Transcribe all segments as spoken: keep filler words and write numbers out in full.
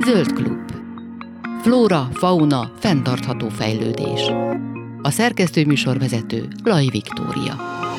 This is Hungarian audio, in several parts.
Zöld klub. Flóra, fauna, fenntartható fejlődés. A szerkesztő műsorvezető Laj Viktória.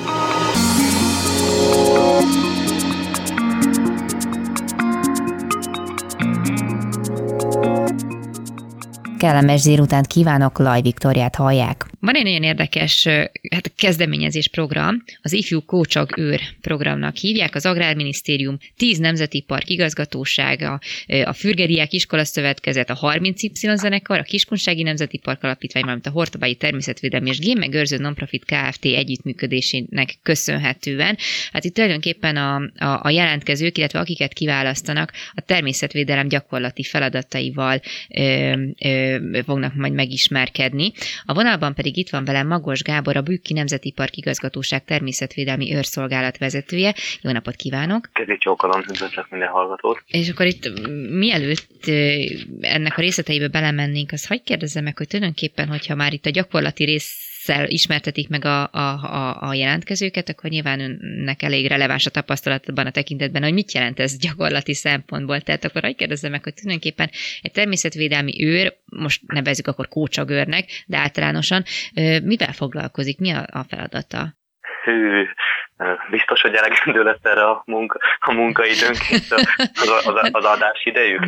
Kellemes délutánt kívánok, Laj Viktóriát hallják. Van egy nagyon érdekes hát kezdeményezés program, az Ifjú Kócsag őr programnak hívják, az Agrárminisztérium tíz nemzeti park igazgatósága, a Fürgeriák Iskolaszövetkezet, a harminc Y zenekar, a Kiskunsági Nemzeti Park Alapítvány, valamint a Hortobágyi Természetvédelmi és Gémmegőrző Nonprofit Kft. Együttműködésének köszönhetően. Hát itt tulajdonképpen a, a, a jelentkezők, illetve akiket kiválasztanak, a természetvédelem gyakorlati feladataival ö, ö, fognak majd megismerkedni. A vonalban pedig itt van velem Magos Gábor, a Bükki Nemzeti Park Igazgatóság természetvédelmi őrszolgálat vezetője. Jó napot kívánok! Kezdjük csókolom, üdvözlök minden hallgatót! És akkor itt mielőtt ennek a részleteibe belemennénk, azt hagyj kérdezzem meg, hogy tulajdonképpen, hogyha már itt a gyakorlati résszel ismertetik meg a, a, a, a jelentkezőket, akkor nyilván önnek elég releváns a tapasztalatban a tekintetben, hogy mit jelent ez gyakorlati szempontból. Tehát akkor hagyj kérdezzem meg, hogy tulajdonképpen egy természetvédelmi őr, most nevezzük akkor kócsagőrnek, de általánosan mivel foglalkozik, mi a, a feladata? Hű, biztos, hogy elegendő lesz erre a, munka, a munkaidőnk, az, az, az adás idejük.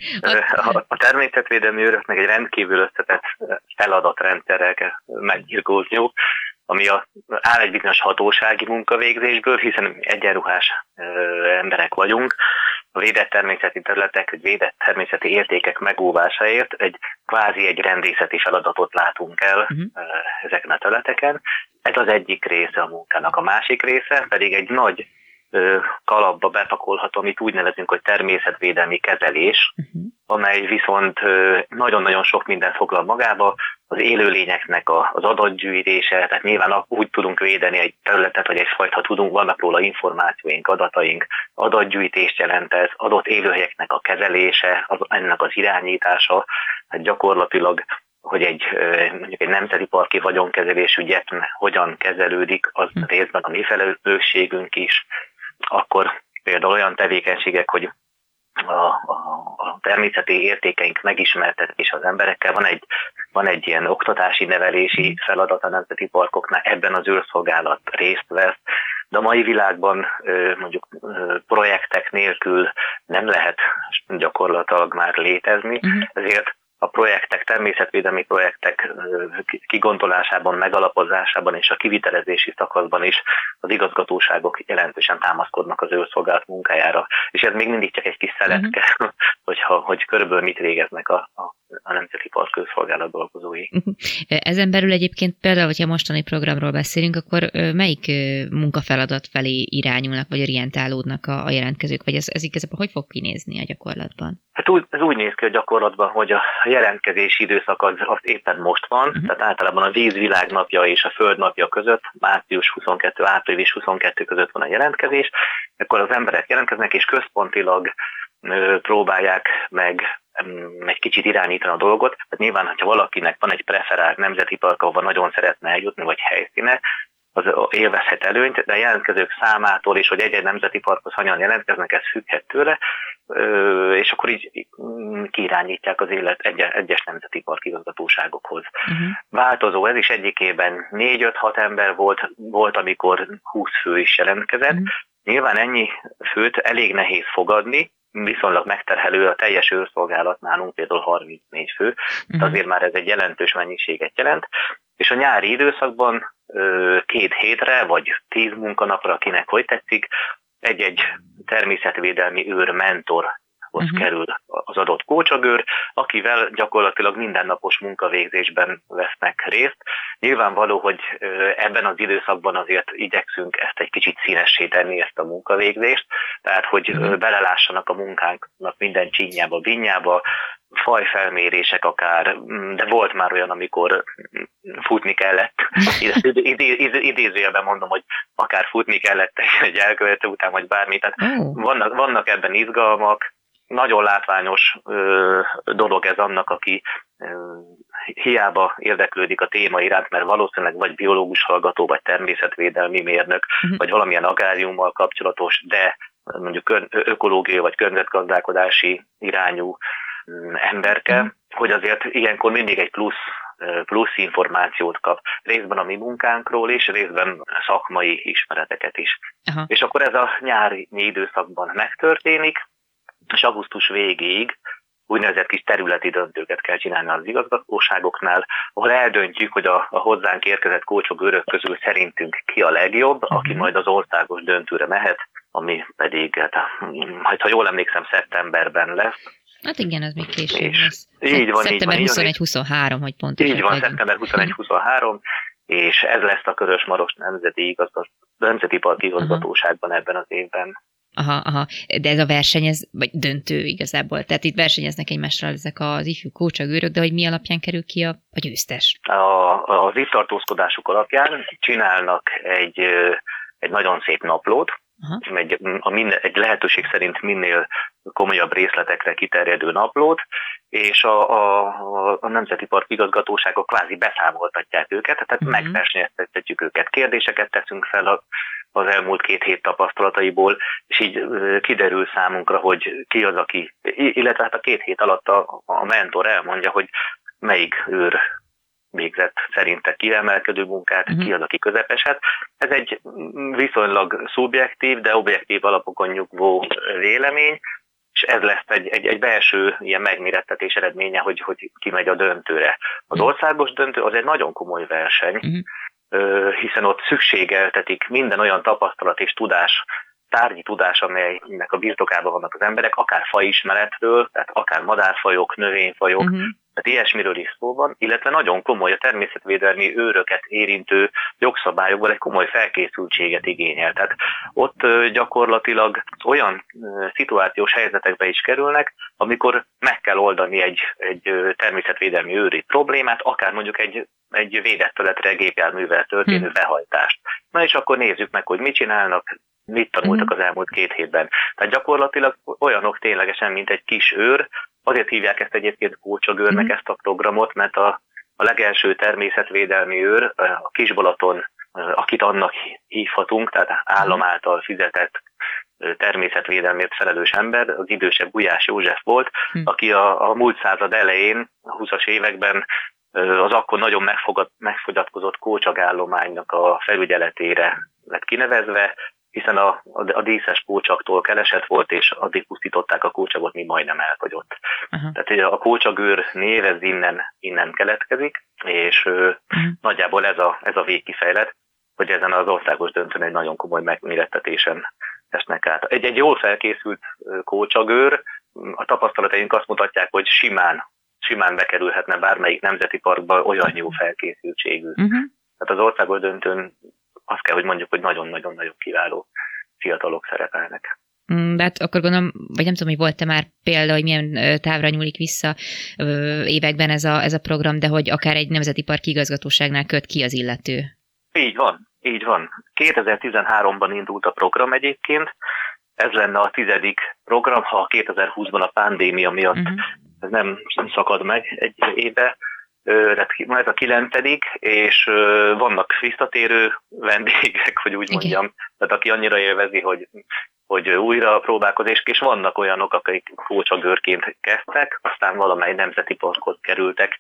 A, a természetvédelmi őröknek egy rendkívül összetett feladatrendszerrel kell megbirkózniuk, ami a, áll egy bizonyos hatósági munkavégzésből, hiszen egyenruhás ö, emberek vagyunk. A védett természeti területek, vagy védett természeti értékek megóvásáért egy kvázi egy rendészeti feladatot látunk el uh-huh. ezeken a területeken. Ez az egyik része a munkának. A másik része pedig egy nagy ö, kalapba bepakolható, amit úgy nevezünk, hogy természetvédelmi kezelés, uh-huh. amely viszont ö, nagyon-nagyon sok mindent foglal magába, az élőlényeknek a, az adatgyűjtése, tehát nyilván úgy tudunk védeni egy területet, vagy egyfajta, ha tudunk, vannak róla információink, adataink, adatgyűjtést jelent ez, adott élőhelyeknek a kezelése, az, ennek az irányítása, hát gyakorlatilag, hogy egy mondjuk egy nemzeti parki vagyonkezelésű ügyet hogyan kezelődik, az részben a mi felelősségünk is, akkor például olyan tevékenységek, hogy a, a, a természeti értékeink megismertetése az emberekkel, van egy, van egy ilyen oktatási, nevelési feladat a nemzeti parkoknál, ebben az őrszolgálat részt vesz, de a mai világban mondjuk projektek nélkül nem lehet gyakorlatilag már létezni, ezért a projektek, természetvédelmi projektek kigondolásában, megalapozásában és a kivitelezési szakaszban is az igazgatóságok jelentősen támaszkodnak az őrszolgálat munkájára. És ez még mindig csak egy kis szeletke, uh-huh. hogyha, hogy körülbelül mit végeznek a, a, a Nemzeti Park őrszolgálat dolgozói. Uh-huh. Ezen belül egyébként például, hogyha mostani programról beszélünk, akkor melyik munkafeladat felé irányulnak, vagy orientálódnak a, a jelentkezők, vagy ez, ez igazából hogy fog kinézni a gyakorlatban? Hát úgy, ez úgy néz ki a gyakorlatban, hogy a jelentkezési időszak az, az éppen most van, uh-huh. tehát általában a vízvilágnapja és a földnapja között, március huszonkettő, április huszonkettő között van a jelentkezés, akkor az emberek jelentkeznek, és központilag ö, próbálják meg ö, egy kicsit irányítani a dolgot. Tehát nyilván, hogyha valakinek van egy preferált nemzeti park, ahova nagyon szeretne eljutni, vagy helyszíne, az élvezhet előnyt, de a jelentkezők számától is, hogy egy-egy nemzeti parkhoz hanyan jelentkeznek, ez függhet tőle, és akkor így kiirányítják az élet egyes nemzeti parkigazgatóságokhoz. Uh-huh. Változó ez is, egyikében négy-öt-hat ember volt, volt, amikor húsz fő is jelentkezett. Uh-huh. Nyilván ennyi főt elég nehéz fogadni, viszonylag megterhelő, a teljes őrszolgálat nálunk például harmincnégy fő, uh-huh. azért már ez egy jelentős mennyiséget jelent, és a nyári időszakban két hétre, vagy tíz munkanapra, akinek hogy tetszik, egy-egy természetvédelmi őr mentorhoz uh-huh. kerül az adott kócsagőr, akivel gyakorlatilag mindennapos munkavégzésben vesznek részt. Nyilvánvaló, hogy ebben az időszakban azért igyekszünk ezt egy kicsit színessé tenni, ezt a munkavégzést, tehát hogy uh-huh. belelássanak a munkánknak minden csínyába, binnyába, fajfelmérések akár, de volt már olyan, amikor futni kellett, idézőjelben mondom, hogy akár futni kellett egy elkövető után, vagy bármi, tehát oh. vannak, vannak ebben izgalmak, nagyon látványos ö, dolog ez annak, aki ö, hiába érdeklődik a téma iránt, mert valószínűleg vagy biológus hallgató, vagy természetvédelmi mérnök, uh-huh. vagy valamilyen agráriummal kapcsolatos, de mondjuk ökológiai vagy környezetgazdálkodási irányú emberke, hogy azért ilyenkor mindig egy plusz, plusz információt kap. Részben a mi munkánkról is, részben szakmai ismereteket is. Aha. És akkor ez a nyári időszakban megtörténik, és augusztus végéig úgynevezett kis területi döntőket kell csinálni az igazgatóságoknál, ahol eldöntjük, hogy a, a hozzánk érkezett kócsok őrök közül szerintünk ki a legjobb, uh-huh. aki majd az országos döntőre mehet, ami pedig, hát, majd ha jól emlékszem, szeptemberben lesz. Hát igen, az még később lesz. Így van, szeptember így van. huszonegy huszonhárom, hogy pontosan. Így van, szeptember huszonegy huszonhárom, és ez lesz a Körös-Maros Nemzeti, igazgat, Nemzeti Park igazgatóságban uh-huh. ebben az évben. Aha, aha, de ez a verseny, ez, vagy döntő igazából, tehát itt versenyeznek egymással ezek az ifjú kócsagőrök, de hogy mi alapján kerül ki a, a győztes? A, az itt tartózkodásuk alapján csinálnak egy, egy nagyon szép naplót, egy, a minden, egy lehetőség szerint minél komolyabb részletekre kiterjedő naplót, és a, a, a Nemzeti Park igazgatóságok kvázi beszámoltatják őket, tehát uh-huh. megversenyeztetjük őket, kérdéseket teszünk fel a, az elmúlt két hét tapasztalataiból, és így kiderül számunkra, hogy ki az, aki, illetve hát a két hét alatt a, a mentor elmondja, hogy melyik őr végzett szerinte kiemelkedő munkát, uh-huh. ki az, aki közepeset. Ez egy viszonylag szubjektív, de objektív alapokon nyugvó vélemény, és ez lesz egy, egy, egy belső ilyen megmérettetés eredménye, hogy, hogy ki megy a döntőre. Az országos döntő az egy nagyon komoly verseny, uh-huh. hiszen ott szükségeltetik minden olyan tapasztalat és tudás, tárgyi tudás, amelynek a birtokában vannak az emberek, akár fajismeretről, tehát akár madárfajok, növényfajok, uh-huh. tehát ilyesmiről is szó van, illetve nagyon komoly a természetvédelmi őröket érintő jogszabályokból egy komoly felkészültséget igényel. Tehát ott gyakorlatilag olyan szituációs helyzetekbe is kerülnek, amikor meg kell oldani egy, egy természetvédelmi őri problémát, akár mondjuk egy, egy védett területre gépjárművel történő hmm. behajtást. Na és akkor nézzük meg, hogy mit csinálnak, mit tanultak az elmúlt két hétben. Tehát gyakorlatilag olyanok ténylegesen, mint egy kis őr. Azért hívják ezt egyébként kócsagőrnek, mm-hmm. ezt a programot, mert a, a legelső természetvédelmi őr, a Kis-Balaton, akit annak hívhatunk, tehát állam által fizetett természetvédelmért felelős ember, az idősebb Gulyás József volt, mm. aki a, a múlt század elején, a húszas években az akkor nagyon megfogad, megfogyatkozott kócsagállománynak a felügyeletére lett kinevezve, hiszen a, a, a díszes kócsaktól keresett volt, és addig pusztították a kócsagot, mi majdnem elfogyott. Uh-huh. Tehát a kócsagőr név ez innen, innen keletkezik, és uh-huh. nagyjából ez a, ez a végkifejlet, hogy ezen az országos döntőn egy nagyon komoly megmérettetésen esnek át. Egy, egy jól felkészült kócsagőr, a tapasztalataink azt mutatják, hogy simán, simán bekerülhetne bármelyik nemzeti parkba, olyan jó felkészültségű. Uh-huh. Tehát az országos döntőn azt kell, hogy mondjuk, hogy nagyon-nagyon-nagyon kiváló fiatalok szerepelnek. De hát akkor gondolom, vagy nem tudom, hogy volt-e már példa, hogy milyen távra nyúlik vissza években ez a, ez a program, de hogy akár egy nemzeti park igazgatóságnál köt ki az illető. Így van, így van. kétezer-tizenháromban indult a program egyébként, ez lenne a tizedik program, ha kétezer-húszban a pandémia miatt uh-huh. ez nem, nem szakad meg egy éve, ez a kilencedik, és vannak visszatérő vendégek, hogy úgy mondjam, igen. Tehát aki annyira élvezi, hogy, hogy újra próbálkozik, és vannak olyanok, akik kócsagőrként kezdtek, aztán valamely nemzeti parkot kerültek.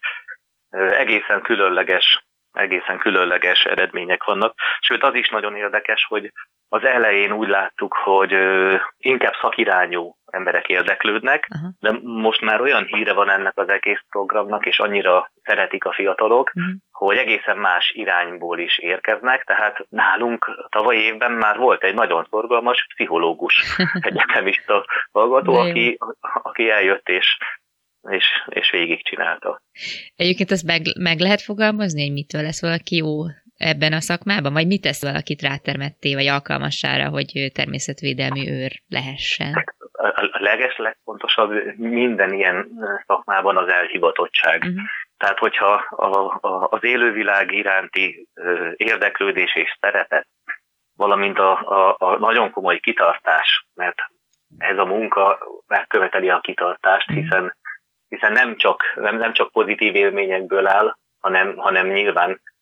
Egészen különleges, egészen különleges eredmények vannak. Sőt, az is nagyon érdekes, hogy az elején úgy láttuk, hogy inkább szakirányú emberek érdeklődnek, uh-huh. de most már olyan híre van ennek az egész programnak, és annyira szeretik a fiatalok, uh-huh. hogy egészen más irányból is érkeznek, tehát nálunk tavalyi évben már volt egy nagyon szorgalmas pszichológus egyetemista hallgató, aki, aki eljött és, és, és végigcsinálta. Egyébként ezt meg, meg lehet fogalmazni, hogy mitől lesz valaki jó ebben a szakmában, vagy mit tesz valakit rátermetté, vagy alkalmassára, hogy természetvédelmi őr lehessen? A leges, legfontosabb minden ilyen szakmában az elhivatottság. Uh-huh. Tehát, hogyha a, a, az élővilág iránti érdeklődés és szeretet, valamint a, a, a nagyon komoly kitartás, mert ez a munka megköveteli a kitartást, hiszen, hiszen nem, csak, nem, nem csak pozitív élményekből áll, hanem, hanem nyilván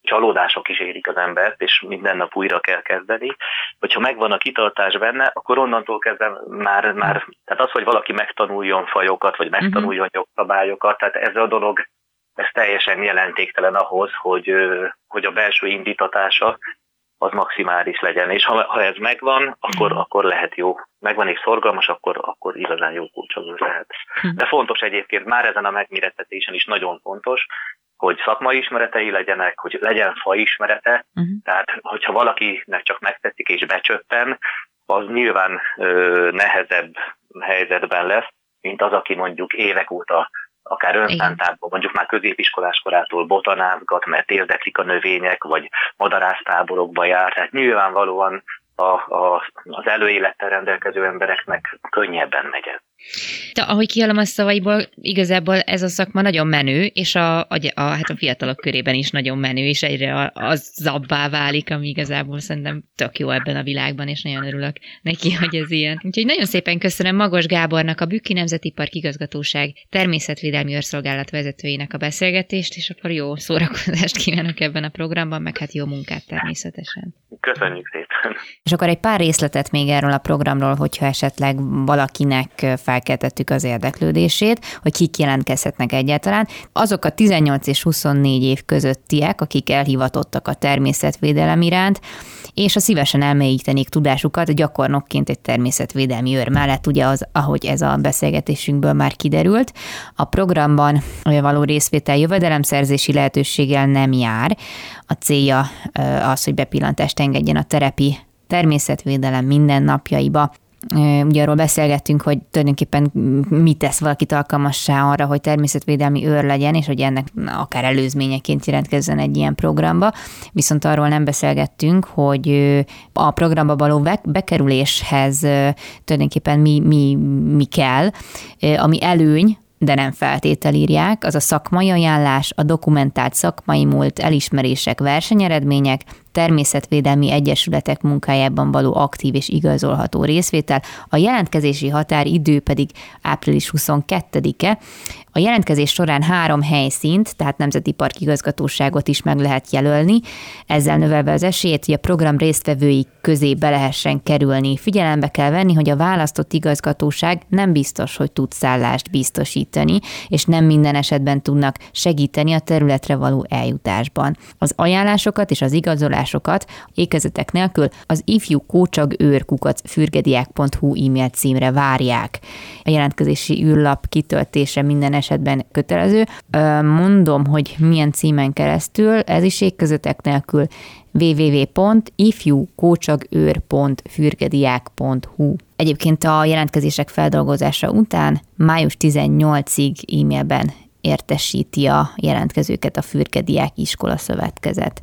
csalódások is érik az embert, és minden nap újra kell kezdeni. Hogyha megvan a kitartás benne, akkor onnantól kezdve már, már tehát az, hogy valaki megtanuljon fajokat, vagy megtanuljon jogszabályokat, tehát ez a dolog, ez teljesen jelentéktelen ahhoz, hogy, hogy a belső indítatása az maximális legyen. És ha, ha ez megvan, akkor, akkor lehet jó. Megvan és szorgalmas, akkor, akkor igazán jó kócsozó lehet. De fontos egyébként, már ezen a megmérettetésen is nagyon fontos, hogy szakmai ismeretei legyenek, hogy legyen faismerete, uh-huh. tehát hogyha valakinek csak megtetszik és becsöppen, az nyilván ö, nehezebb helyzetben lesz, mint az, aki mondjuk évek óta akár önszántából, mondjuk már középiskolás korától botanázgat, mert érdeklik a növények, vagy madarásztáborokba jár, tehát nyilvánvalóan a, a, az előélettel rendelkező embereknek könnyebben megy ez. De ahogy kihallom a szavaiból, igazából ez a szakma nagyon menő, és a, a, a, hát a fiatalok körében is nagyon menő, és egyre azabbá válik, ami igazából szerintem tök jó ebben a világban, és nagyon örülök neki, hogy ez ilyen. Úgyhogy nagyon szépen köszönöm Magos Gábornak, a Bükki Nemzeti Park Igazgatóság Természetvédelmi Őrszolgálat vezetőjének a beszélgetést, és akkor jó szórakozást kívánok ebben a programban, meg hát jó munkát természetesen. Köszönjük szépen! És akkor egy pár részletet még erről a programról, hogyha esetleg valakinek felkeltettük az érdeklődését, hogy kik jelentkezhetnek egyáltalán. Azok a tizennyolc és huszonnégy év közöttiek, akik elhivatottak a természetvédelem iránt, és a szívesen elmélyítenék tudásukat gyakornokként egy természetvédelmi őr mellett, ugye az, ahogy ez a beszélgetésünkből már kiderült. A programban való részvétel jövedelemszerzési lehetőséggel nem jár. A célja az, hogy bepillantást engedjen a terepi természetvédelem mindennapjaiba. Ugye arról beszélgettünk, hogy tulajdonképpen mit tesz valakit alkalmassá arra, hogy természetvédelmi őr legyen, és hogy ennek akár előzményeként jelentkezzen egy ilyen programba. Viszont arról nem beszélgettünk, hogy a programba való bekerüléshez tulajdonképpen mi, mi, mi kell, ami előny, de nem feltétel írják, az a szakmai ajánlás, a dokumentált szakmai múlt, elismerések, versenyeredmények, természetvédelmi egyesületek munkájában való aktív és igazolható részvétel, a jelentkezési határidő pedig április huszonkettedike. A jelentkezés során három helyszínt, tehát Nemzeti Park Igazgatóságot is meg lehet jelölni, ezzel növelve az esélyt, hogy a program résztvevői közé be lehessen kerülni. Figyelembe kell venni, hogy a választott igazgatóság nem biztos, hogy tud szállást biztosítani, és nem minden esetben tudnak segíteni a területre való eljutásban. Az ajánlásokat és az igazolásokat ékezetek nélkül az ifjú kócsagőr kukac fürgediák pont hu e-mail címre várják. A jelentkezési űrlap kitöltése minden esetben kötelező. Mondom, hogy milyen címen keresztül, ez is ékezetek nélkül double-u double-u double-u pont ifjú kócsagőr pont fürgediák pont hu. Egyébként a jelentkezések feldolgozása után május tizennyolcadikáig e-mailben értesíti a jelentkezőket a Fürgediák Iskola Szövetkezet.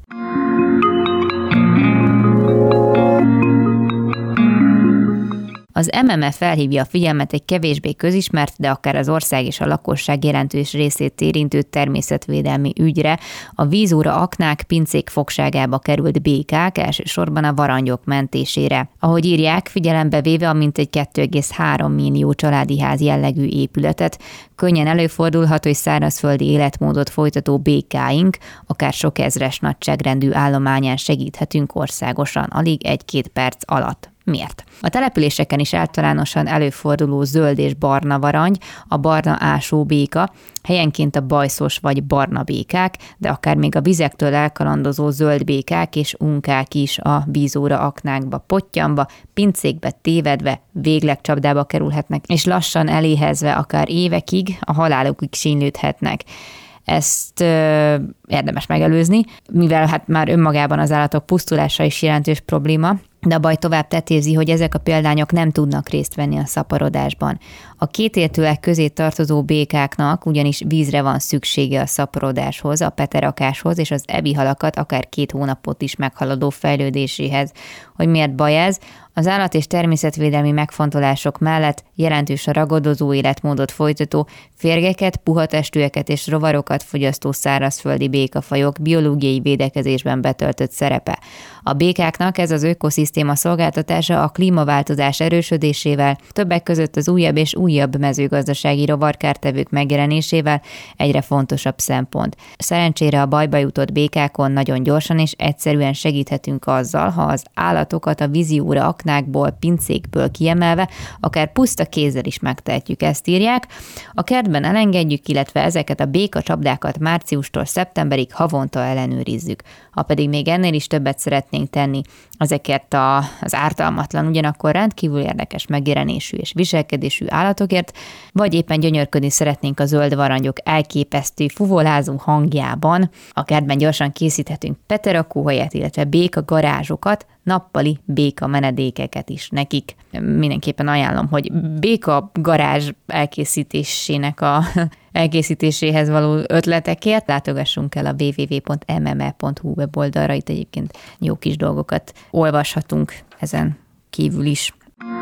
Az em em e felhívja a figyelmet egy kevésbé közismert, de akár az ország és a lakosság jelentős részét érintő természetvédelmi ügyre, a vízóra aknák, pincék fogságába került békák, elsősorban a varangyok mentésére. Ahogy írják, figyelembe véve a mintegy két egész három millió családi ház jellegű épületet, könnyen előfordulhat, hogy szárazföldi életmódot folytató békáink, akár sok ezres nagyságrendű állományán segíthetünk országosan, alig egy-két perc alatt. Miért? A településeken is általánosan előforduló zöld és barna varangy, a barna ásó béka, helyenként a bajszos vagy barna békák, de akár még a vizektől elkalandozó zöld békák és unkák is a vízóra aknákba pottyanba, pincékbe tévedve, végleg csapdába kerülhetnek, és lassan eléhezve akár évekig, a halálukig sínylődhetnek. Ezt ö, érdemes megelőzni, mivel hát már önmagában az állatok pusztulása is jelentős probléma, de a baj tovább tetézi, hogy ezek a példányok nem tudnak részt venni a szaporodásban. A kétéltőek közé tartozó békáknak ugyanis vízre van szüksége a szaporodáshoz, a peterakáshoz és az ebi halakat akár két hónapot is meghaladó fejlődéséhez. Hogy miért baj ez? Az állat- és természetvédelmi megfontolások mellett jelentős a ragadozó életmódot folytató, férgeket, puhatestűeket és rovarokat fogyasztó szárazföldi békafajok biológiai védekezésben betöltött szerepe. A békáknak ez az ökoszisztéma szolgáltatása a klímaváltozás erősödésével, többek között az újabb és újabb mezőgazdasági rovarkártevők megjelenésével egyre fontosabb szempont. Szerencsére a bajba jutott békákon nagyon gyorsan és egyszerűen segíthetünk azzal, ha az állatokat a vízióra aknákból, pincékből kiemelve, akár puszta kézzel is megtehetjük, ezt írják. A kertben elengedjük, illetve ezeket a békacsapdákat márciustól szeptemberig havonta ellenőrizzük. Ha pedig még ennél is többet szeretnénk tenni ezekért a, az ártalmatlan, ugyanakkor rendkívül érdekes megjelenésű és viselkedésű állatokért, vagy éppen gyönyörködni szeretnénk a zöld varangyok elképesztő fuvolázó hangjában, a kertben gyorsan készíthetünk peterakóhelyet, illetve béka garázsokat, nappali béka menedékeket is nekik. Mindenképpen ajánlom, hogy béka garázs elkészítésének a elkészítéséhez való ötletekért látogassunk el a double-u double-u double-u pont em em e pont hu weboldalra, itt egyébként jó kis dolgokat olvashatunk ezen kívül is.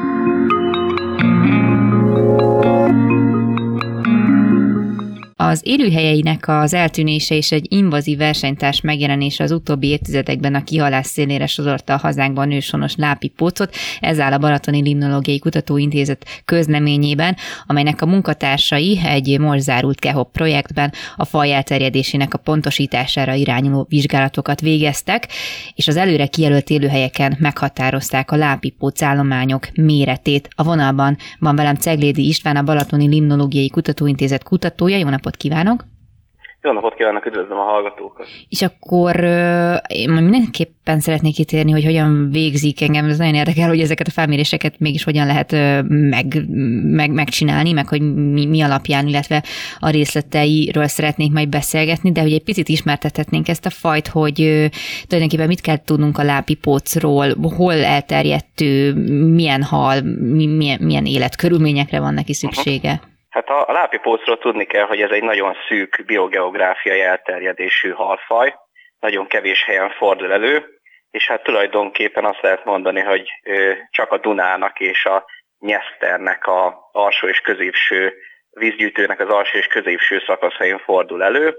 Az élőhelyeinek az eltűnése és egy invazív versenytárs megjelenése az utóbbi évtizedekben a kihalás szélére sodorta a hazánkban őshonos lápipócot, ez áll a Balatoni Limnológiai Kutatóintézet közleményében, amelynek a munkatársai egy most zárult KEHOP projektben a faj elterjedésének a pontosítására irányuló vizsgálatokat végeztek, és az előre kijelölt élőhelyeken meghatározták a lápipóc állományok méretét. A vonalban van velem Ceglédi István, a Balatoni Limnológiai Kutatóintézet kutatója. Jó napot kívánok! Jó napot kívánok, üdvözlöm a hallgatókat! És akkor uh, én mindenképpen szeretnék kitérni, hogy hogyan végzik engem, ez nagyon érdekel, hogy ezeket a felméréseket mégis hogyan lehet uh, meg, meg, megcsinálni, meg hogy mi, mi alapján, illetve a részleteiről szeretnék majd beszélgetni, de hogy egy picit ismertethetnénk ezt a fajt, hogy uh, tulajdonképpen mit kell tudnunk a lápipócról, hol elterjedt, milyen hal, milyen, milyen életkörülményekre van neki szüksége. Uh-huh. Hát a lápipócról tudni kell, hogy ez egy nagyon szűk biogeográfiai elterjedésű halfaj, nagyon kevés helyen fordul elő, és hát tulajdonképpen azt lehet mondani, hogy csak a Dunának és a Nyeszternek a alsó és középső vízgyűjtőnek az alsó és középső szakaszain fordul elő.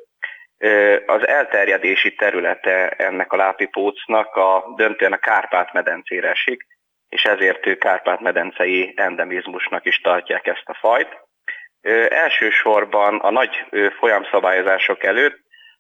Az elterjedési területe ennek a lápipócnak a döntően a Kárpát-medencére esik, és ezért ő Kárpát-medencei endemizmusnak is tartják ezt a fajt. Ö, elsősorban a nagy ö, folyamszabályozások előtt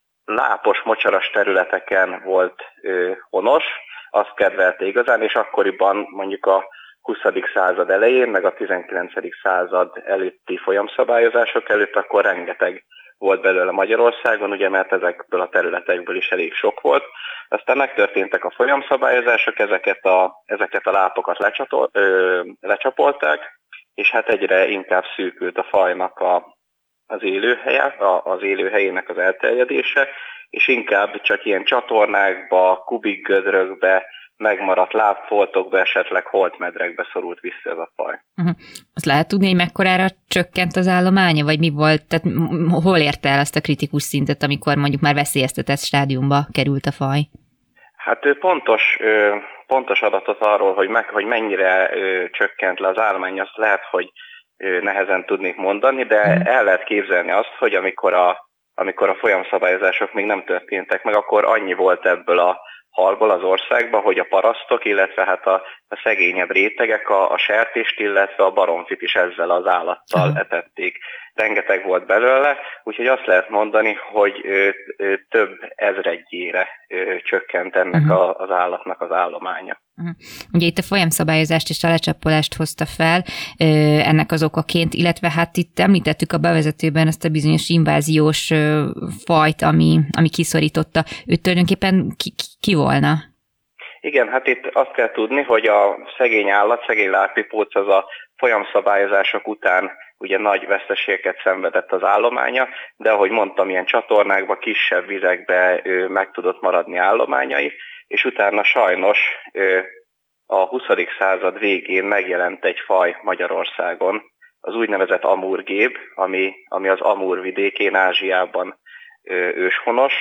lápos, mocsaras területeken volt ö, honos, azt kedvelte igazán, és akkoriban mondjuk a huszadik század elején, meg a tizenkilencedik század előtti folyamszabályozások előtt, akkor rengeteg volt belőle Magyarországon, ugye, mert ezekből a területekből is elég sok volt. Aztán megtörténtek a folyamszabályozások, ezeket a, ezeket a lápokat lecsatol, ö, lecsapolták, és hát egyre inkább szűkült a fajnak a, az élőhelye, a, az élőhelyének az elterjedése, és inkább csak ilyen csatornákba, kubikgödrökbe, megmaradt lábfoltokba, esetleg holtmedrekbe szorult vissza ez a faj. Uh-huh. Azt lehet tudni, hogy mekkorára csökkent az állománya, vagy mi volt, tehát hol érte el azt a kritikus szintet, amikor mondjuk már veszélyeztetett stádiumba került a faj? Hát pontos, pontos adatot arról, hogy, meg, hogy mennyire csökkent le az állomány, azt lehet, hogy nehezen tudnék mondani, de el lehet képzelni azt, hogy amikor a, amikor a folyamszabályozások még nem történtek meg, akkor annyi volt ebből a halból az országban, hogy a parasztok, illetve hát a, a szegényebb rétegek a, a sertést, illetve a baromfit is ezzel az állattal uh-huh. etették. Rengeteg volt belőle, úgyhogy azt lehet mondani, hogy ö, ö, több ezredjére ö, csökkent ennek uh-huh. a, az állatnak az állománya. Uh-huh. Ugye itt a folyamszabályozást és a lecsapolást hozta fel ö, ennek az okaként, illetve hát itt említettük a bevezetőben ezt a bizonyos inváziós ö, fajt, ami, ami kiszorította. Ő tulajdonképpen ki, ki volna? Igen, hát itt azt kell tudni, hogy a szegény állat, szegény lápipóc az a folyamszabályozások után ugye nagy veszteségeket szenvedett az állománya, de ahogy mondtam, ilyen csatornákba, kisebb vizekbe ő, meg tudott maradni állományai, és utána sajnos ő, a huszadik század végén megjelent egy faj Magyarországon, az úgynevezett amúrgéb, ami, ami az Amúr vidékén, Ázsiában ő, őshonos,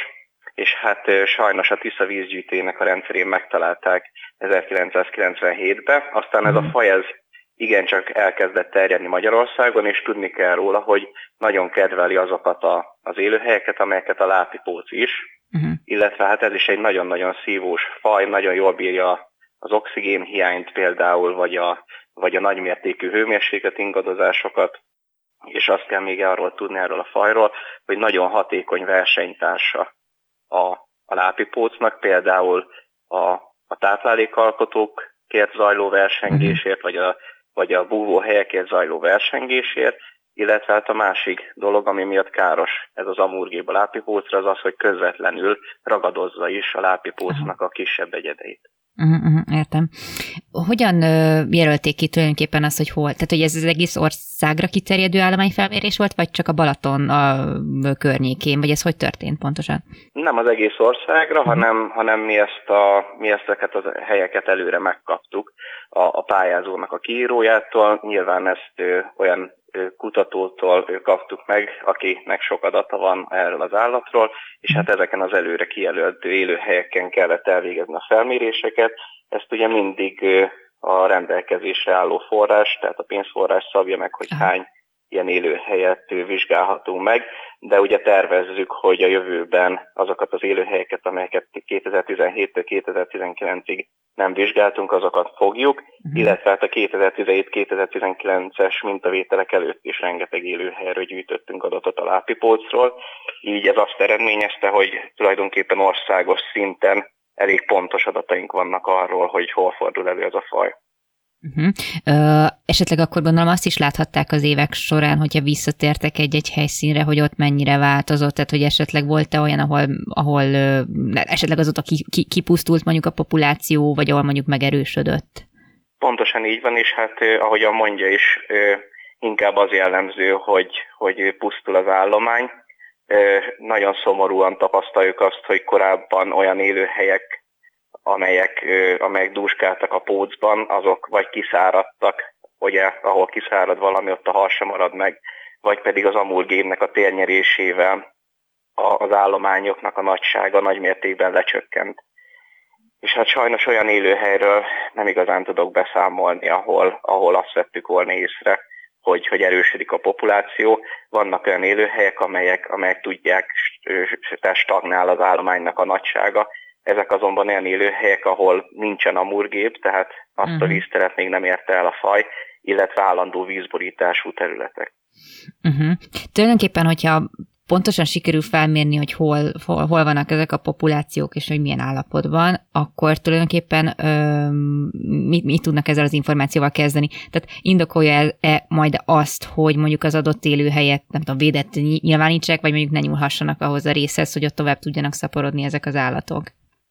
és hát sajnos a Tisza vízgyűjtőjének a rendszerén megtalálták ezerkilencszázkilencvenhétben. Aztán ez a faj ez igencsak elkezdett terjedni Magyarországon, és tudni kell róla, hogy nagyon kedveli azokat a, az élőhelyeket, amelyeket a lápipóc is, uh-huh. illetve hát ez is egy nagyon-nagyon szívós faj, nagyon jól bírja az oxigénhiányt például, vagy a, vagy a nagymértékű hőmérséklet ingadozásokat, és azt kell még arról tudni erről a fajról, hogy nagyon hatékony versenytársa a, a lápipócnak, például a, a táplálékalkotókért zajló versengésért, vagy a, vagy a búvóhelyekért zajló versengésért, illetve hát a másik dolog, ami miatt káros ez az amurgéb a lápipócra, az az, hogy közvetlenül ragadozza is a lápipócnak a kisebb egyedeit. Uh-huh, uh-huh, értem. Hogyan uh, jelölték ki tulajdonképpen azt, hogy hol? Tehát, hogy ez az egész országra kiterjedő állományfelmérés volt, vagy csak a Balaton a környékén, vagy ez hogy történt pontosan? Nem az egész országra, uh-huh. hanem, hanem mi, ezt a, mi ezeket a helyeket előre megkaptuk a, a pályázónak a kiírójától. Nyilván ezt ö, olyan kutatótól kaptuk meg, akinek sok adata van erről az állatról, és hát ezeken az előre kijelölt élőhelyeken kellett elvégezni a felméréseket. Ezt ugye mindig a rendelkezésre álló forrás, tehát a pénzforrás szabja meg, hogy hány ilyen élőhelyet vizsgálhatunk meg, de ugye tervezzük, hogy a jövőben azokat az élőhelyeket, amelyeket kétezer-tizenhéttől kétezer-tizenkilencig nem vizsgáltunk, azokat fogjuk, uh-huh. illetve hát a kétezer-tizenhét kétezer-tizenkilences mintavételek előtt is rengeteg élőhelyről gyűjtöttünk adatot a lápipócról. Így ez azt eredményezte, hogy tulajdonképpen országos szinten elég pontos adataink vannak arról, hogy hol fordul elő ez a faj. Uh-huh. Ö, esetleg akkor gondolom azt is láthatták az évek során, hogyha visszatértek egy-egy helyszínre, hogy ott mennyire változott, tehát hogy esetleg volt-e olyan, ahol, ahol ö, esetleg azóta ki, ki, kipusztult mondjuk a populáció, vagy ahol mondjuk megerősödött? Pontosan így van, és hát ahogyan mondja is, inkább az jellemző, hogy, hogy pusztul az állomány. Nagyon szomorúan tapasztaljuk azt, hogy korábban olyan élőhelyek, amelyek, amelyek dúskáltak a pócban, azok vagy kiszáradtak, ugye, ahol kiszárad valami, ott a hal sem marad meg, vagy pedig az amurgémnek a térnyerésével az állományoknak a nagysága nagy mértékben lecsökkent. És hát sajnos olyan élőhelyről nem igazán tudok beszámolni, ahol, ahol azt vettük volna észre, hogy, hogy erősödik a populáció. Vannak olyan élőhelyek, amelyek, amelyek tudják, tehát stagnál az állománynak a nagysága. Ezek azonban olyan élőhelyek, ahol nincsen amurgép, tehát azt uh-huh. a vízteret még nem érte el a faj, illetve állandó vízborítású területek. Uh-huh. Tulajdonképpen, hogyha pontosan sikerül felmérni, hogy hol, hol, hol vannak ezek a populációk, és hogy milyen állapotban, akkor tulajdonképpen ö, mit, mit tudnak ezzel az információval kezdeni? Tehát indokolja-e majd azt, hogy mondjuk az adott élőhelyet, nem tudom, védett nyilvánítsák, vagy mondjuk ne nyúlhassanak ahhoz a részhez, hogy ott tovább tudjanak szaporodni ezek az állatok?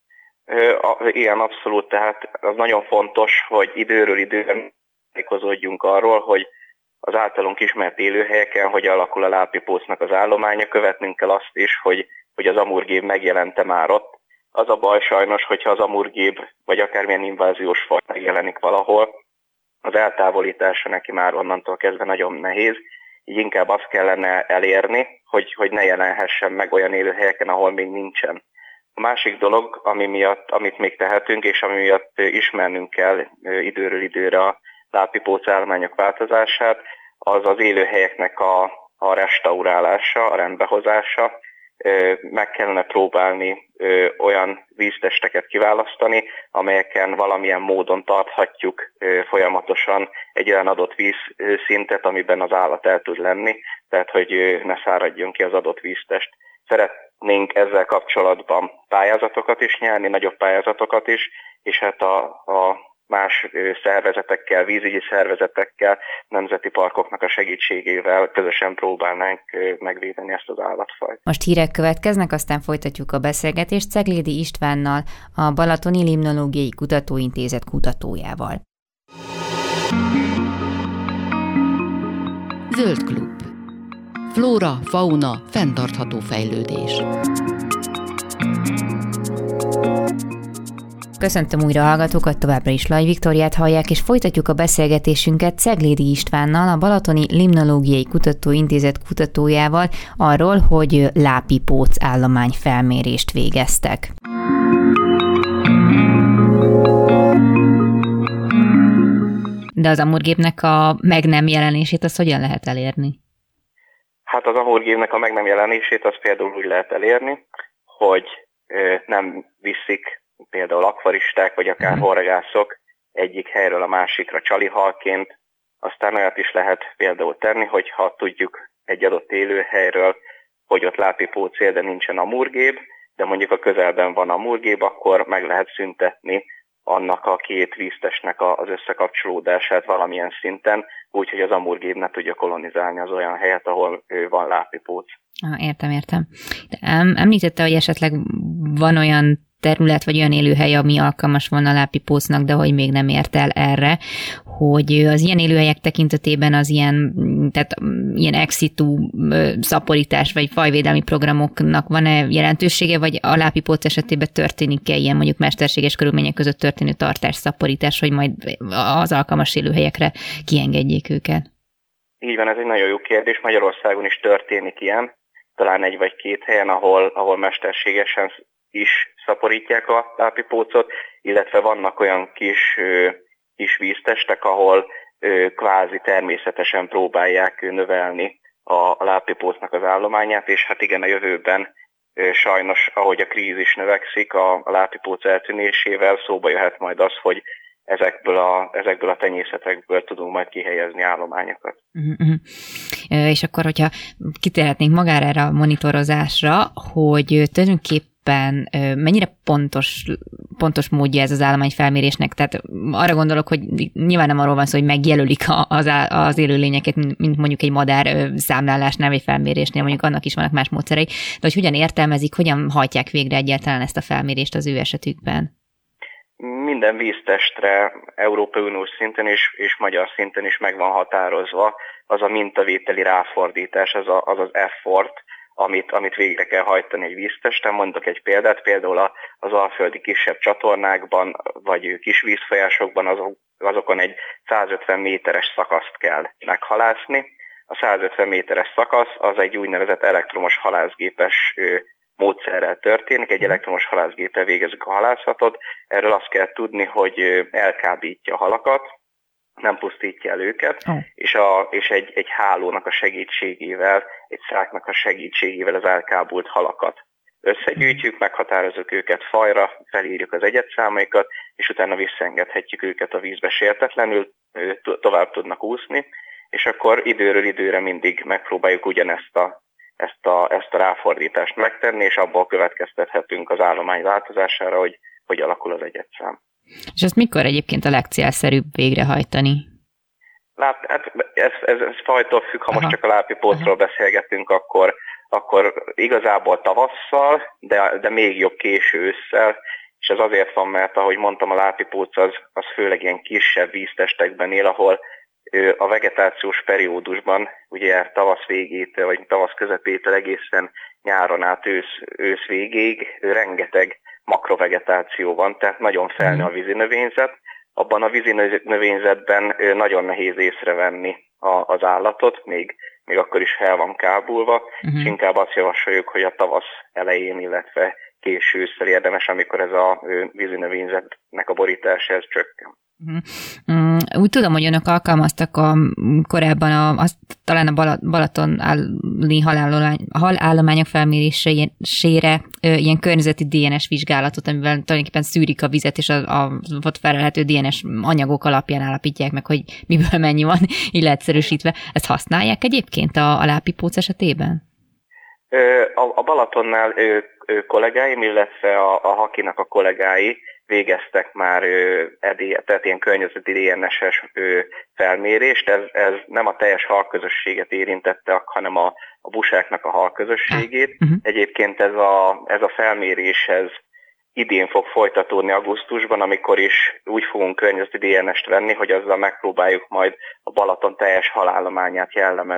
Igen, abszolút. Tehát az nagyon fontos, hogy időről időre tájékozódjunk arról, hogy az általunk ismert élőhelyeken, hogy alakul a lápipócnak az állománya, követnünk kell azt is, hogy, hogy az amurgéb megjelente már ott. Az a baj sajnos, hogyha az amurgéb, vagy akármilyen inváziós faj megjelenik valahol, az eltávolítása neki már onnantól kezdve nagyon nehéz, így inkább azt kellene elérni, hogy, hogy ne jelenhessen meg olyan élőhelyeken, ahol még nincsen. A másik dolog, ami miatt, amit még tehetünk, és ami miatt ismernünk kell időről időre a lápipóc állományok változását, az az élőhelyeknek a, a restaurálása, a rendbehozása. Meg kellene próbálni olyan víztesteket kiválasztani, amelyeken valamilyen módon tarthatjuk folyamatosan egy olyan adott vízszintet, amiben az állat el tud lenni, tehát hogy ne száradjon ki az adott víztest. Szeretnénk ezzel kapcsolatban pályázatokat is nyerni, nagyobb pályázatokat is, és hát a, a más szervezetekkel, vízügyi szervezetekkel, nemzeti parkoknak a segítségével közösen próbálnánk megvédeni ezt az állatfajt. Most hírek következnek, aztán folytatjuk a beszélgetést Ceglédi Istvánnal, a Balatoni Limnológiai Kutatóintézet kutatójával. Zöld klub. Flóra, fauna, fenntartható fejlődés. Köszöntöm újra a hallgatókat, továbbra is Laj Viktóriát hallják, és folytatjuk a beszélgetésünket Ceglédi Istvánnal, a Balatoni Limnológiai Kutatóintézet kutatójával arról, hogy lápipóc állományfelmérést végeztek. De az amurgépnek a meg nem jelenését azt hogyan lehet elérni? Hát az amurgépnek a meg nem jelenését azt például úgy lehet elérni, hogy nem viszik például akvaristák, vagy akár mm. horgászok egyik helyről a másikra csalihalként. Aztán olyat is lehet például tenni, hogyha tudjuk egy adott élőhelyről, hogy ott lápipócél, de nincsen amurgép, de mondjuk a közelben van amurgép, akkor meg lehet szüntetni annak a két víztestnek az összekapcsolódását valamilyen szinten, úgyhogy az amurgép ne tudja kolonizálni az olyan helyet, ahol van lápipóc. Ah, értem, értem. De említette, hogy esetleg van olyan terület, vagy olyan élőhely, ami alkalmas volna a lápipócnak, de hogy még nem ért el erre, hogy az ilyen élőhelyek tekintetében az ilyen, tehát ilyen ex situ szaporítás, vagy fajvédelmi programoknak van-e jelentősége, vagy a lápipóc esetében történik-e ilyen mondjuk mesterséges körülmények között történő tartás, szaporítás, hogy majd az alkalmas élőhelyekre kiengedjék őket? Így van, ez egy nagyon jó kérdés. Magyarországon is történik ilyen, talán egy vagy két helyen, ahol, ahol mesterségesen is szaporítják a lápipócot, illetve vannak olyan kis, kis víztestek, ahol kvázi természetesen próbálják növelni a lápipócnak az állományát, és hát igen, a jövőben sajnos, ahogy a krízis növekszik, a lápipóc eltűnésével szóba jöhet majd az, hogy ezekből a, ezekből a tenyészetekből tudunk majd kihelyezni állományokat. Uh-huh. És akkor, hogyha kitérhetnénk magára erre a monitorozásra, hogy tulajdonképpen mennyire pontos, pontos módja ez az állományfelmérésnek? Tehát arra gondolok, hogy nyilván nem arról van szó, hogy megjelölik az, az élőlényeket, mint mondjuk egy madár számlálásnál, vagy felmérésnél, mondjuk annak is vannak más módszerei, de hogy hogyan értelmezik, hogyan hajtják végre egyáltalán ezt a felmérést az ő esetükben? Minden víztestre Európai Uniós szinten és, és magyar szinten is meg van határozva az a mintavételi ráfordítás, az a, az, az effort, amit, amit végre kell hajtani egy víztesten. Mondok egy példát, például az alföldi kisebb csatornákban, vagy kis vízfolyásokban azok, azokon egy százötven méteres szakaszt kell meghalászni. A százötven méteres szakasz az egy úgynevezett elektromos halászgépes módszerrel történik, egy elektromos halászgéppel végezzük a halászatot. Erről azt kell tudni, hogy elkábítja a halakat, nem pusztítja el őket, oh. és, a, és egy, egy hálónak a segítségével, egy száknak a segítségével az elkábult halakat összegyűjtjük, meghatározunk őket fajra, felírjuk az egyedszámaikat, és utána visszaengedhetjük őket a vízbe sértetlenül, tovább tudnak úszni, és akkor időről időre mindig megpróbáljuk ugyanezt a Ezt a, ezt a ráfordítást megtenni, és abból következtethetünk az állomány változására, hogy hogy alakul az egyedszám. És ezt mikor egyébként a legcélszerűbb végrehajtani? Lát, hát ez, ez, ez fajtól függ, ha Aha. most csak a lápipócról Aha. beszélgetünk, akkor, akkor igazából tavasszal, de, de még jobb késő ősszel, és ez azért van, mert ahogy mondtam, a lápipóc az, az főleg ilyen kisebb víztestekben él, ahol a vegetációs periódusban, ugye tavasz végétől, vagy tavasz közepétől egészen nyáron át ősz, ősz végéig rengeteg makrovegetáció van, tehát nagyon felnő a vízinövényzet. Abban a vízinövényzetben nagyon nehéz észrevenni az állatot, még, még akkor is fel van kábulva, uh-huh. és inkább azt javasoljuk, hogy a tavasz elején, illetve késő ősszel érdemes, amikor ez a vízinövényzetnek a borítása ez csökken. Uh-huh. Úgy tudom, hogy önök alkalmaztak a, korábban a, az, talán a Balaton-i halállományok felmérésére ilyen környezeti dé en es vizsgálatot, amivel tulajdonképpen szűrik a vizet, és a, a ott felelhető dé en es anyagok alapján állapítják meg, hogy miből mennyi van, így leegyszerűsítve. Ezt használják egyébként a, a lápipóc esetében? A, a Balatonnál kollégáim, illetve a, a Hakinak a kollégái végeztek már edé, tehát ilyen környezeti dé en es-es felmérést. Ez, ez nem a teljes halközösséget érintette, hanem a, a busáknak a halközösségét. Uh-huh. Egyébként ez a, ez a felmérés ez idén fog folytatódni augusztusban, amikor is úgy fogunk környezeti dé en es-t venni, hogy azzal megpróbáljuk majd a Balaton teljes halállományát jellemezni.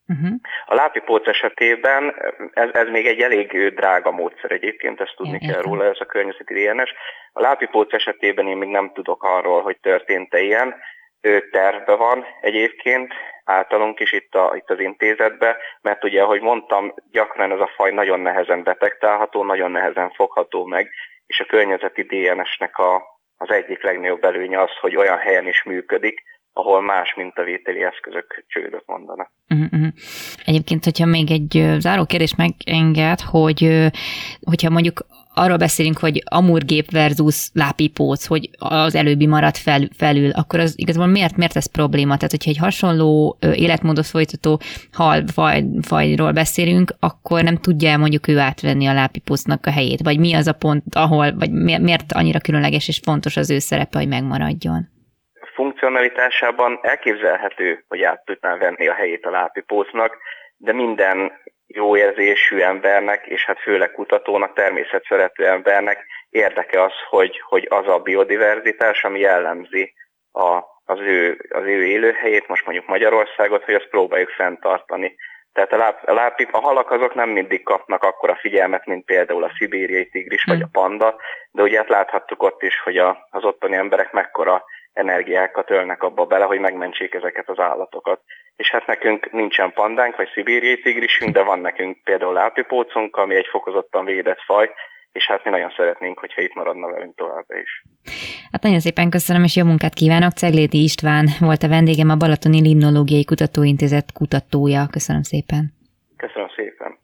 Uh-huh. A lápipóc esetében ez, ez még egy elég drága módszer egyébként, ezt tudni ja, kell róla, ez a környezeti dé en es. A lápipóc esetében én még nem tudok arról, hogy történt-e ilyen. Ő tervben van egyébként, általunk is itt, a, itt az intézetben, mert ugye, ahogy mondtam, gyakran ez a faj nagyon nehezen detektálható, nagyon nehezen fogható meg, és a környezeti dé en esnek a, az egyik legnagyobb előnye az, hogy olyan helyen is működik, ahol más mintavételi eszközök csődöt mondanak. Uh-huh. Egyébként, hogyha még egy záró kérdés megenged, hogy hogyha mondjuk arról beszélünk, hogy amurgép versus lápipóc, hogy az előbbi marad fel, felül, akkor az igazából miért, miért ez probléma? Tehát, hogyha egy hasonló életmódot folytató hal faj, fajról beszélünk, akkor nem tudja mondjuk ő átvenni a lápipócnak a helyét? Vagy mi az a pont, ahol, vagy miért annyira különleges és fontos az ő szerepe, hogy megmaradjon? Funkcionalitásában elképzelhető, hogy át tudná venni a helyét a lápipócnak, de minden jó érzésű embernek, és hát főleg kutatónak, természetszerető embernek érdeke az, hogy, hogy az a biodiverzitás, ami jellemzi a, az, ő, az ő élőhelyét, most mondjuk Magyarországot, hogy azt próbáljuk fenntartani. Tehát a, láp, a, lápip, a halak azok nem mindig kapnak akkora figyelmet, mint például a szibériai tigris vagy a panda, de ugye hát láthattuk ott is, hogy a, az ottani emberek mekkora energiákat ölnek abba bele, hogy megmentsék ezeket az állatokat. És hát nekünk nincsen pandánk, vagy szibériai tigrisünk, de van nekünk például lápipócunk, ami egy fokozottan védett faj, és hát mi nagyon szeretnénk, hogyha itt maradna velünk továbbra is. Hát nagyon szépen köszönöm, és jó munkát kívánok. Ceglédi István volt a vendégem, a Balatoni Limnológiai Kutatóintézet kutatója. Köszönöm szépen. Köszönöm szépen.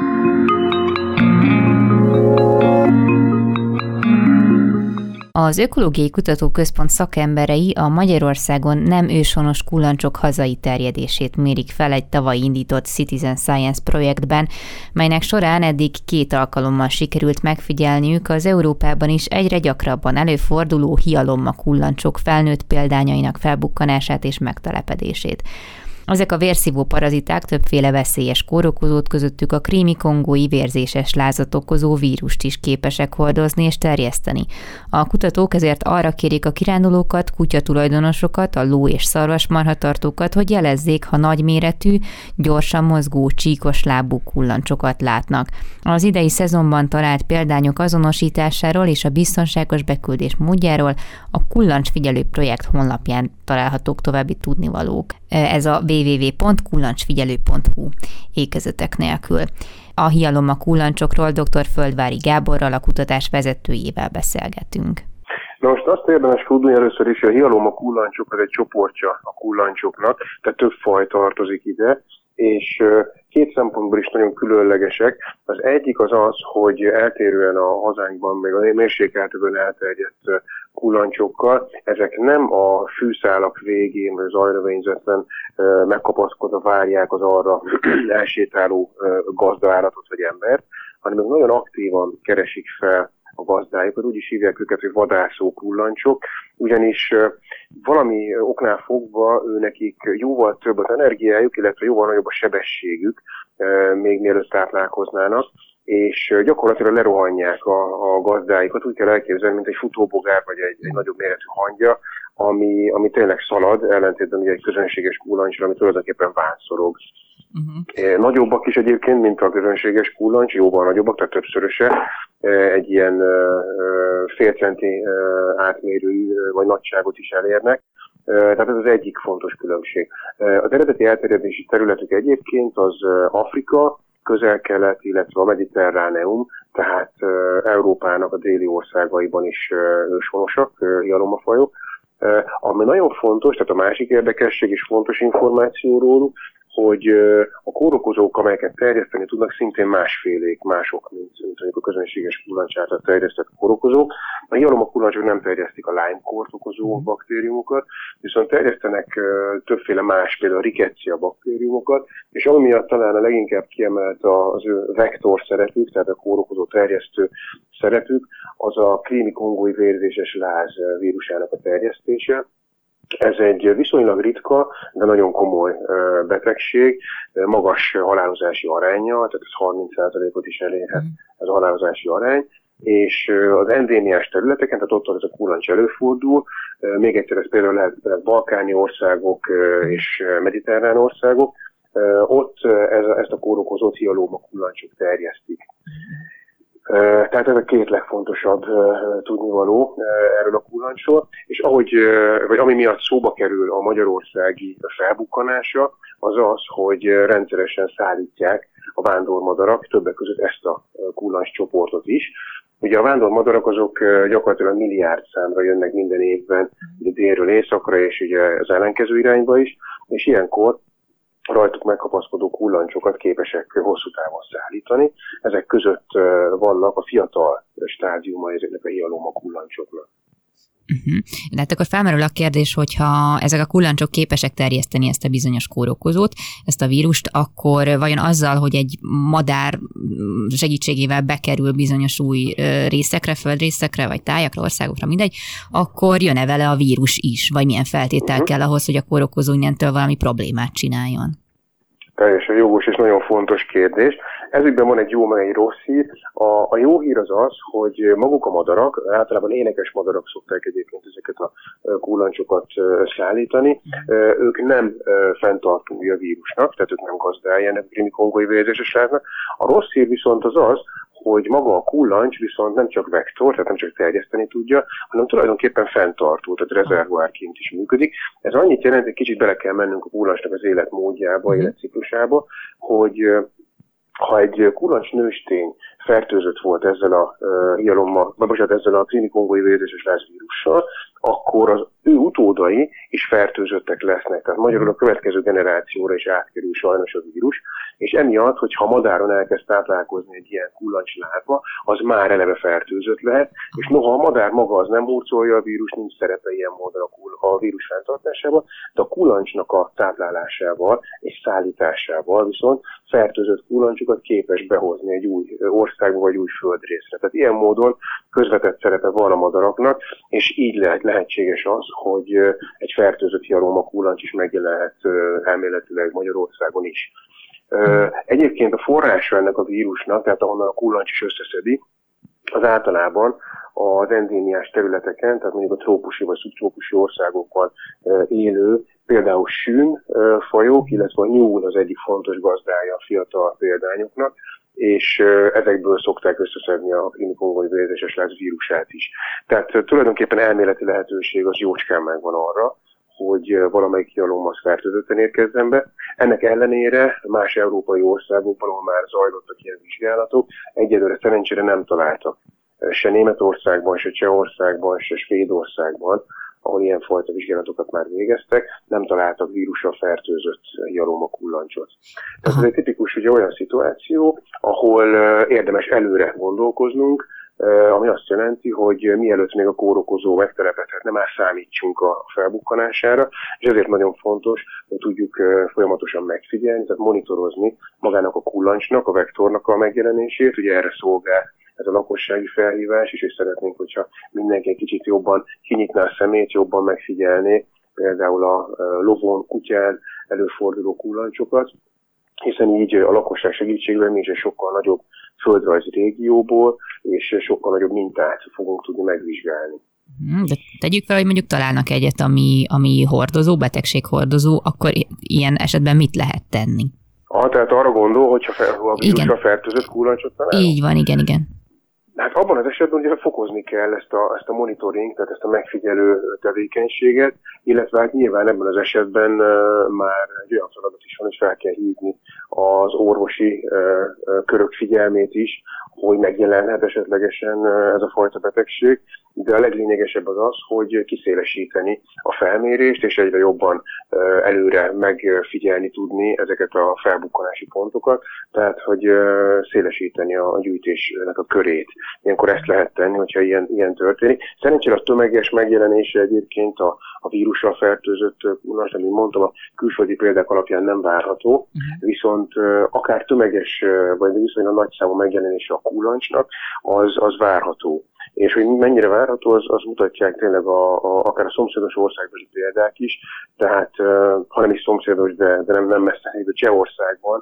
Az Ökológiai Kutatóközpont szakemberei a Magyarországon nem őshonos kullancsok hazai terjedését mérik fel egy tavaly indított Citizen Science projektben, melynek során eddig két alkalommal sikerült megfigyelniük az Európában is egyre gyakrabban előforduló hialomma kullancsok felnőtt példányainak felbukkanását és megtelepedését. Ezek a vérszívó paraziták többféle veszélyes kórokozót, közöttük a krími-kongói vérzéses lázat okozó vírust is képesek hordozni és terjeszteni. A kutatók ezért arra kérik a kirándulókat, kutyatulajdonosokat, a ló- és szarvasmarhatartókat, hogy jelezzék, ha nagyméretű, gyorsan mozgó, csíkos lábú kullancsokat látnak. Az idei szezonban talált példányok azonosításáról és a biztonságos beküldés módjáról a Kullancsfigyelő projekt honlapján találhatók további tudnivalók. Ez a double-u double-u double-u pont kullancsfigyelő pont hu ékezetek nélkül. A hialomma kullancsokról dr. Földvári Gáborral, a kutatás vezetőjével beszélgetünk. Na most azt érdemes tudni először is, hogy a hialomma kullancsok az egy csoportja a kullancsoknak, tehát több faj tartozik ide, és két szempontból is nagyon különlegesek. Az egyik az az, hogy eltérően a hazánkban, még a mérsékeltebben elterjedt kullancsokkal, ezek nem a fűszálak végén, vagy az ajravényzetben megkapaszkodva várják az arra elsétáló gazdaállatot vagy embert, hanem nagyon aktívan keresik fel a gazdájukat, úgy is hívják őket, hogy vadászó kullancsok, ugyanis valami oknál fogva ő nekik jóval több az energiájuk, illetve jóval nagyobb a sebességük, még mielőtt táplálkoznának, és gyakorlatilag lerohanják a, a gazdáikat, úgy kell elképzelni, mint egy futóbogár vagy egy, egy nagyobb méretű hangya, ami, ami tényleg szalad, ellentétben ugye egy közönséges kullancsra, ami tulajdonképpen vánszorog. Uh-huh. Nagyobbak is egyébként, mint a közönséges kullancs, jóval nagyobbak, tehát többszöröse, egy ilyen fél centi átmérőjű vagy nagyságot is elérnek. Tehát ez az egyik fontos különbség. Az eredeti elterjedési területük egyébként az Afrika, Közel-Kelet, illetve a Mediterráneum, tehát Európának a déli országaiban is őshonosak, hialommafajok. Ami nagyon fontos, tehát a másik érdekesség és fontos információ róluk, hogy a kórokozók, amelyeket terjeszteni tudnak, szintén másfélék, mások, mint, mint a közönséges kullancs által terjesztett kórokozók. A hialomma kullancsok nem terjesztik a Lyme-kórt okozó baktériumokat, viszont terjesztenek többféle más, például a Rickettsia baktériumokat, és ami miatt talán a leginkább kiemelt az ő vektor szerepük, tehát a kórokozó terjesztő szerepük, az a krími-kongói vérzéses láz vírusának a terjesztése. Ez egy viszonylag ritka, de nagyon komoly betegség, magas halálozási aránnyal, tehát ez harminc százalékot is elérhet ez a halálozási arány, és az endémiás területeken, tehát ott, ahol ez a kullancs előfordul, még egyszer ez például lehet balkáni országok és mediterrán országok, ott ez a, ezt a kórokozót hialóma kullancsok terjesztik. Tehát ez a két legfontosabb tudnivaló erről a kullancsról, és ahogy, vagy ami miatt szóba kerül a magyarországi felbukkanása, az az, hogy rendszeresen szállítják a vándormadarak, többek között ezt a kullancscsoportot is. Ugye a vándormadarak azok gyakorlatilag milliárd számra jönnek minden évben délről északra, és ugye az ellenkező irányba is, és ilyenkor rajtuk megkapaszkodó kullancsokat képesek hosszú távon szállítani. Ezek között vannak a fiatal stádiuma ezeknek a hialóma kullancsoknak. Uh-huh. De hát akkor felmerül a kérdés, hogyha ezek a kullancsok képesek terjeszteni ezt a bizonyos kórokozót, ezt a vírust, akkor vajon azzal, hogy egy madár segítségével bekerül bizonyos új részekre, földrészekre, vagy tájakra, országokra, mindegy, akkor jön-e vele a vírus is, vagy milyen feltétel uh-huh. kell ahhoz, hogy a kórokozó innentől valami problémát csináljon? Teljesen jogos és nagyon fontos kérdés. Ezügyben van egy jó, meg egy rossz hír. A, a jó hír az az, hogy maguk a madarak, általában énekes madarak szokták egyébként ezeket a kullancsokat szállítani, ők nem fenntartói a vírusnak, tehát ők nem gazdálják ennek a krimi-kongói vérzéses láznak. A rossz hír viszont az az, hogy maga a kullancs viszont nem csak vektor, tehát nem csak terjeszteni tudja, hanem tulajdonképpen fenntartó, tehát rezervoárként is működik. Ez annyit jelent, hogy kicsit bele kell mennünk a kullancsnak az életmódjába, mm. életciklusába, hogy ha egy kullancs nőstény fertőzött volt ezzel a uh, hialommal, vagy bocsánat, ezzel a krimi-kongói vérzéses lázvírussal, akkor az ő utódai is fertőzöttek lesznek. Tehát magyarul a következő generációra is átkerül sajnos a vírus, és emiatt, hogyha madáron elkezd táplálkozni egy ilyen kullancslárva, az már eleve fertőzött lehet, és noha a madár maga az nem hurcolja a vírus, nincs szerepe ilyen módon a, a vírus fenntartásában, de a kullancsnak a táplálásával és szállításával viszont fertőzött kullancsokat képes behozni egy új országba vagy új földrészre. Tehát ilyen módon közvetett szerepe van a madaraknak, és így lehet lehetséges az, hogy egy fertőzött hialóma kullancs is megjelenhet elméletileg Magyarországon is. Egyébként a forrása ennek a vírusnak, tehát ahonnan a kullancs is összeszedi, az általában az endémiás területeken, tehát mondjuk a trópusi vagy szubtrópusi országokban élő, például sün fajok, illetve a nyúl az egyik fontos gazdája a fiatal példányoknak, és ezekből szokták összeszedni a krimi-kongói vérzéses láz vírusát is. Tehát tulajdonképpen elméleti lehetőség az jócskán megvan arra, hogy valamelyik hialom az fertőzötten érkezzen be. Ennek ellenére más európai országokban, ahol már zajlottak ilyen vizsgálatok, egyelőre szerencsére nem találtak se Németországban, se Csehországban, se Svédországban, ahol ilyenfajta vizsgálatokat már végeztek, nem találtak vírussal fertőzött hialóma kullancsot. Tehát ez egy tipikus ugye, olyan szituáció, ahol érdemes előre gondolkoznunk, ami azt jelenti, hogy mielőtt még a kórokozó megtelepedhet, nem már számítsunk a felbukkanására, és ezért nagyon fontos, hogy tudjuk folyamatosan megfigyelni, tehát monitorozni magának a kullancsnak, a vektornak a megjelenését, ugye erre szolgál ez a lakossági felhívás is, és szeretnénk, hogyha mindenki egy kicsit jobban kinyitná a szemét, jobban megfigyelné például a lovon, kutyán előforduló kullancsokat, hiszen így a lakosság segítségével mi is egy sokkal nagyobb földrajzi régióból, és sokkal nagyobb mintát fogunk tudni megvizsgálni. De tegyük fel, hogy mondjuk találnak egyet, ami, ami hordozó, betegséghordozó, akkor ilyen esetben mit lehet tenni? Ah, tehát arra gondol, hogyha fel, a vírusra fertőzött kullancsot találunk? Így van, igen, igen. Hát abban az esetben ugye fokozni kell ezt a, ezt a monitoring, tehát ezt a megfigyelő tevékenységet, illetve hát nyilván ebben az esetben uh, már egy olyan feladat is van, hogy fel kell hívni az orvosi uh, uh, körök figyelmét is, hogy megjelenhet esetlegesen uh, ez a fajta betegség, de a leglényegesebb az az, hogy kiszélesíteni a felmérést, és egyre jobban uh, előre megfigyelni tudni ezeket a felbukkanási pontokat, tehát hogy uh, szélesíteni a gyűjtésnek a körét. Ilyenkor ezt lehet tenni, hogyha ilyen, ilyen történik. Szerencsére a tömeges megjelenése egyébként a, a vírussal fertőzött kullancs, amit mondtam, a külföldi példák alapján nem várható, uh-huh. viszont akár tömeges vagy viszonylag nagy számú megjelenése a kullancsnak, az, az várható. És hogy mennyire várható, az, az mutatják tényleg a, a, akár a szomszédos országbeli példák is, tehát ha nem is szomszédos, de, de nem, nem messze, a Csehországban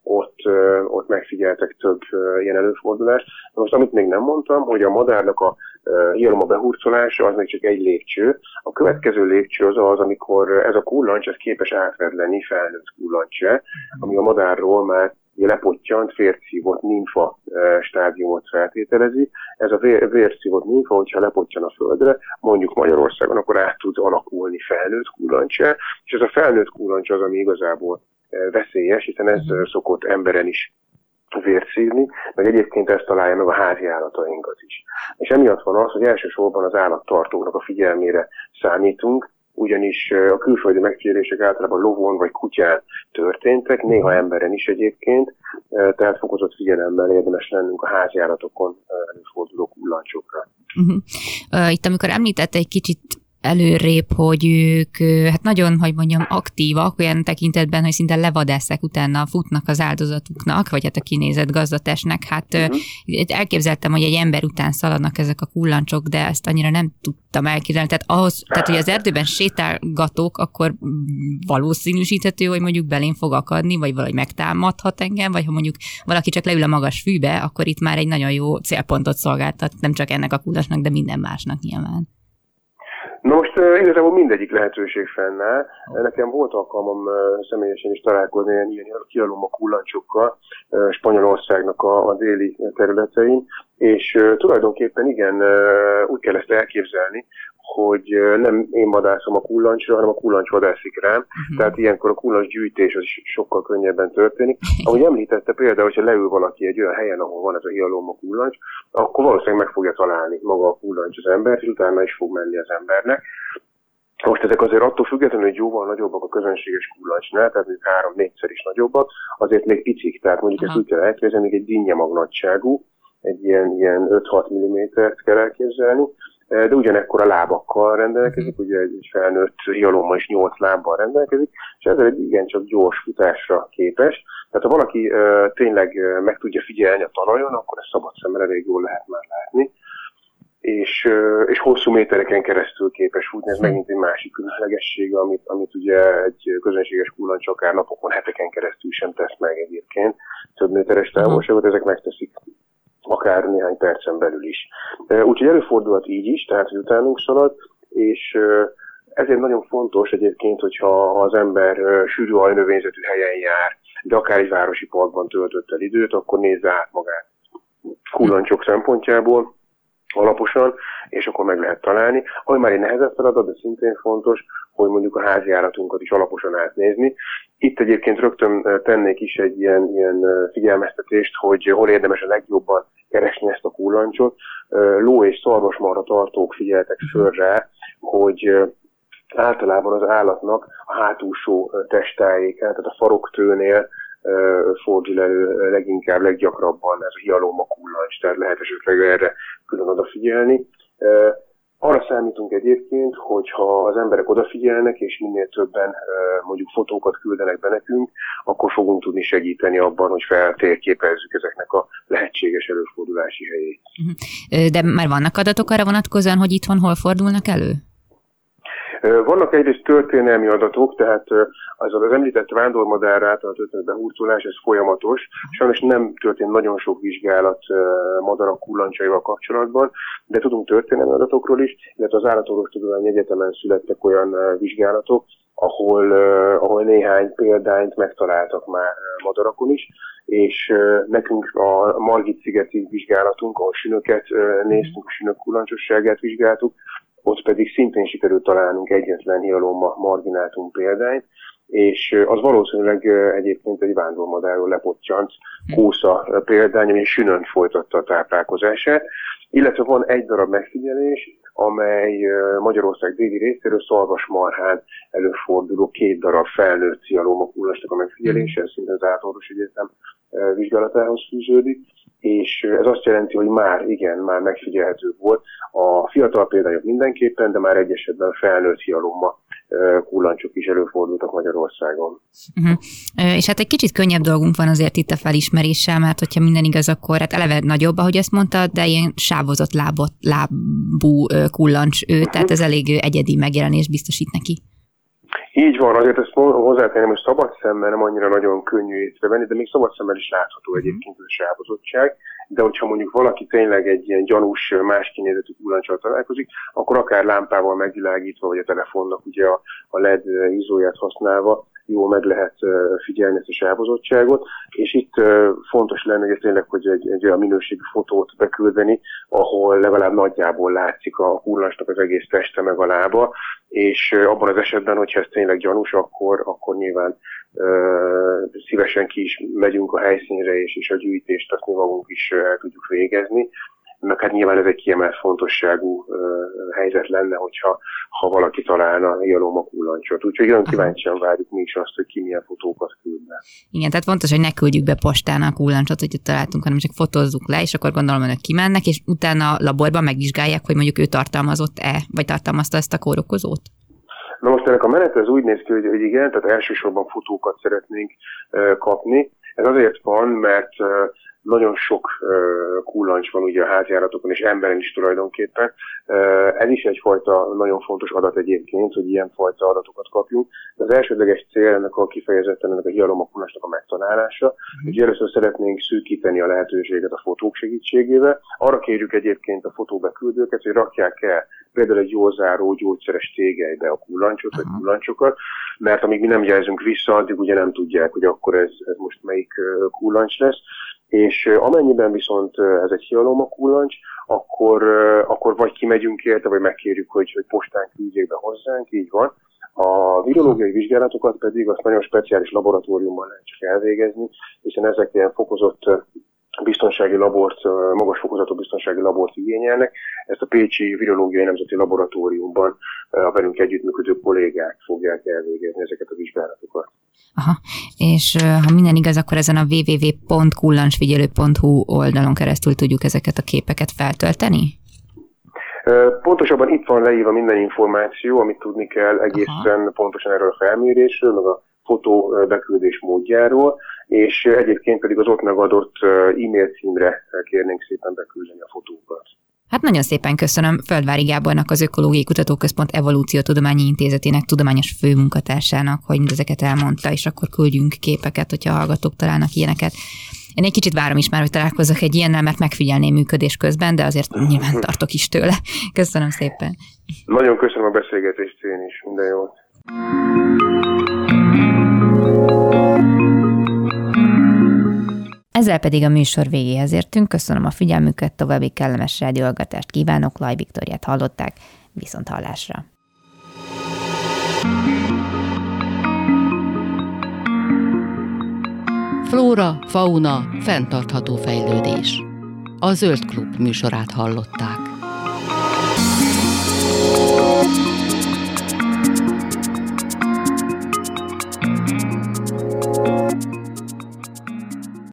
ott, ott megfigyeltek több ilyen előfordulást. Most amit még nem mondtam, hogy a madárnak a hialoma behurcolása az még csak egy lépcső. A következő lépcső az az, amikor ez a kullancs ez képes átvedleni felnőtt kullancsra, ami a madárról már lepottyant, vérszívott nimfa stádiumot feltételezi. Ez a vér, vérszívott nimfa, hogyha lepottyan a földre, mondjuk Magyarországon, akkor át tud alakulni felnőtt kullancsá, és ez a felnőtt kullancs az, ami igazából veszélyes, hiszen ez szokott emberen is vért szívni, meg egyébként ezt találja meg a házi állatainkat is. És emiatt van az, hogy elsősorban az állattartóknak a figyelmére számítunk, ugyanis a külföldi megfigyelések általában lovon vagy kutyán történtek, néha emberen is egyébként, tehát fokozott figyelemmel érdemes lennünk a háziállatokon előforduló kullancsokra. Uh-huh. Itt amikor említette egy kicsit előrébb, hogy ők hát nagyon, hogy mondjam, aktívak, olyan tekintetben, hogy szinte levadásszák, utána futnak az áldozatuknak, vagy hát a kinézett gazdatestnek. Hát uh-huh. elképzeltem, hogy egy ember után szaladnak ezek a kullancsok, de ezt annyira nem tudtam elképzelni. Tehát, ahhoz, tehát hogy az erdőben sétálgatok, akkor valószínűsíthető, hogy mondjuk belém fog akadni, vagy valahogy megtámadhat engem, vagy ha mondjuk valaki csak leül a magas fűbe, akkor itt már egy nagyon jó célpontot szolgáltat, nem csak ennek a kullancsnak, de minden másnak nyilván. Na most uh, igazából mindegyik lehetőség fennáll. Nekem volt alkalmam uh, személyesen is találkozni ilyen, ilyen hialoma kullancsokkal uh, Spanyolországnak a, a déli területein, és uh, tulajdonképpen igen, uh, úgy kell ezt elképzelni, hogy uh, nem én vadászom a kullancsra, hanem a kullancs vadászik rám, uh-huh. tehát ilyenkor a kullancs gyűjtés az is sokkal könnyebben történik. Ahogy említette például, hogyha leül valaki egy olyan helyen, ahol van ez a hialoma kullancs, akkor valószínűleg meg fogja találni maga a kullancs az embert, és utána is fog menni az embernek. Most ezek azért attól függetlenül, hogy jóval nagyobbak a közönséges kullancsnál, tehát még három-négyszer is nagyobbak, azért még picik, tehát mondjuk uh-huh. ezt úgy kell elképzelni, egy dinnyemag nagyságú, egy ilyen, ilyen öt-hat millimétert kell elképzelni, de ugyanekkor a lábakkal rendelkezik, ugye egy felnőtt hialoma is nyolc lábbal rendelkezik, és ezzel egy igencsak gyors futásra képes. Tehát ha valaki uh, tényleg uh, meg tudja figyelni a talajon, akkor ezt szabad szemmel elég jól lehet már látni. És, uh, és hosszú métereken keresztül képes futni, ez megint egy másik különlegessége, amit, amit ugye egy közönséges kullancs akár napokon, heteken keresztül sem tesz meg egyébként. Több méteres távolságot ezek megteszik akár néhány percen belül is. Úgyhogy előfordulhat így is, tehát hogy utánunk szalad, és ezért nagyon fontos egyébként, hogyha az ember sűrű hajnövényzetű helyen jár, de akár egy városi parkban töltött el időt, akkor nézze át magát kullancsok szempontjából alaposan, és akkor meg lehet találni. Ami már egy nehezebb feladat, de szintén fontos, hogy mondjuk a háziállatunkat is alaposan átnézni. Itt egyébként rögtön tennék is egy ilyen, ilyen figyelmeztetést, hogy hol érdemes a legjobban keresni ezt a kullancsot. Ló és szarvasmarha tartók figyeltek föl rá, hogy általában az állatnak a hátulsó testtájékán, tehát a faroktőnél fordul elő leginkább, leggyakrabban ez a hialoma kullancs, tehát lehet esetleg erre külön odafigyelni. Arra számítunk egyébként, hogyha az emberek odafigyelnek, és minél többen mondjuk fotókat küldenek be nekünk, akkor fogunk tudni segíteni abban, hogy feltérképezzük ezeknek a lehetséges előfordulási helyét. De már vannak adatok arra vonatkozóan, hogy itthon hol fordulnak elő? Vannak egyrészt történelmi adatok, tehát az az említett vándormadár által történő behurcolás, ez folyamatos. Sajnos nem történt nagyon sok vizsgálat madarak kullancsaival kapcsolatban, de tudunk történelmi adatokról is, illetve az Állatorvostudományi Egyetemen születtek olyan vizsgálatok, ahol, ahol néhány példányt megtaláltak már madarakon is, és nekünk a Margit-szigeti vizsgálatunk, ahol sünöket néztünk, a sünök kullancsosságát vizsgáltuk, ott pedig szintén sikerült találnunk egyetlen hialoma marginátum példányt, és az valószínűleg egyébként egy vándormadárról lepottyant kósza példány, ami sünön folytatta a táplálkozását, illetve van egy darab megfigyelés, amely Magyarország déli részéről szarvasmarhán előforduló két darab felnőtt hialoma kullancsnak a megfigyelése, ez szintén az Állatorvostudományi Egyetem vizsgálatához fűződik, és ez azt jelenti, hogy már igen, már megfigyelhető volt. A fiatal példányok mindenképpen, de már egy esetben felnőtt hialoma kullancsok is előfordultak Magyarországon. Uh-huh. És hát egy kicsit könnyebb dolgunk van azért itt a felismeréssel, mert hogyha minden igaz, akkor hát eleve nagyobb, ahogy ezt mondtad, de ilyen sávozott lábot, lábú kullancs ő, uh-huh. tehát ez elég egyedi megjelenés biztosít neki. Így van, azért ezt hozzátenném, hogy szabad szemmel nem annyira nagyon könnyű észrevenni, de még szabad szemmel is látható egyébként ez a sápazottság, de hogyha mondjuk valaki tényleg egy ilyen gyanús, más kinézetű kullancsal találkozik, akkor akár lámpával megvilágítva, vagy a telefonnak ugye a, a el é dé izzóját használva jól meg lehet figyelni ezt a sápazottságot, és itt fontos lenne hogy tényleg, hogy egy, egy olyan minőségű fotót beküldeni, ahol legalább nagyjából látszik a kullancsnak az egész teste meg a lába, és abban az esetben, hogyha ez tényleg gyanús, akkor, akkor nyilván uh, szívesen ki is megyünk a helyszínre, és, és a gyűjtést azt mi magunk is el tudjuk végezni. Meg hát nyilván ez egy kiemelt fontosságú uh, helyzet lenne, hogyha ha valaki találna hialoma kullancsot. Úgyhogy olyan kíváncsian várjuk mi is azt, hogy ki milyen fotókat küldne. Igen, tehát fontos, hogy ne küldjük be postán a kullancsot, hogy találtunk, hanem csak fotózzuk le, és akkor gondolom, hogy kimennek, és utána a laborban megvizsgálják, hogy mondjuk ő tartalmazott-e, vagy tartalmazta ezt a kórokozót. Na most ennek a menet ez úgy néz ki, hogy, hogy igen, tehát elsősorban fotókat szeretnénk uh, kapni. Ez azért van, mert uh, nagyon sok uh, kullancs van ugye a hátjáratokon, és emberen is tulajdonképpen. Uh, ez is egyfajta nagyon fontos adat egyébként, hogy ilyenfajta adatokat kapjunk. De az elsődleges cél ennek a kifejezetten ennek a hialoma kullancsnak a megtalálása. Uh-huh. Úgyhogy először szeretnénk szűkíteni a lehetőséget a fotók segítségével. Arra kérjük egyébként a fotóbeküldőket, hogy rakják el például egy jól záró gyógyszeres tégelybe a kullancsot, uh-huh. vagy kullancsokat, mert amíg mi nem jelzünk vissza, addig ugye nem tudják, hogy akkor ez, ez most melyik uh, kullancs lesz. És amennyiben viszont ez egy hialoma kullancs, akkor, akkor vagy kimegyünk érte, vagy megkérjük, hogy, hogy postán küldjék be hozzánk, így van. A virológiai vizsgálatokat pedig azt nagyon speciális laboratóriumban lehet csak elvégezni, hiszen ezek ilyen fokozott biztonsági labort, magas fokozatú biztonsági labort igényelnek. Ezt a Pécsi Virológiai Nemzeti Laboratóriumban a velünk együttműködő kollégák fogják elvégezni ezeket a vizsgálatokat. Aha, és ha minden igaz, akkor ezen a double-u double-u double-u pont kullancsfigyelő pont hu oldalon keresztül tudjuk ezeket a képeket feltölteni? Pontosabban itt van leírva minden információ, amit tudni kell egészen Aha. pontosan erről a felmérésről, meg a fotó beküldés módjáról, és egyébként pedig az ott megadott e-mail címre kérnénk szépen beküldeni a fotókat. Hát nagyon szépen köszönöm Földvári Gábornak, az Ökológiai Kutatóközpont Evolúciótudományi Intézetének tudományos főmunkatársának, hogy mindezeket elmondta, és akkor küldjünk képeket, hogyha a hallgatók találnak ilyeneket. Én egy kicsit várom is már, hogy találkozzak egy ilyennel, mert megfigyelném működés közben, de azért nyilván tartok is tőle. Köszönöm szépen. Nagyon köszönöm a beszélgetést én is. Minden jót. Ezzel pedig a műsor végéhez értünk. Köszönöm a figyelmüket, további kellemes rádióhallgatást kívánok. Laj Viktóriát hallották, viszont hallásra. Flóra, fauna, fenntartható fejlődés. A Zöld Klub műsorát hallották.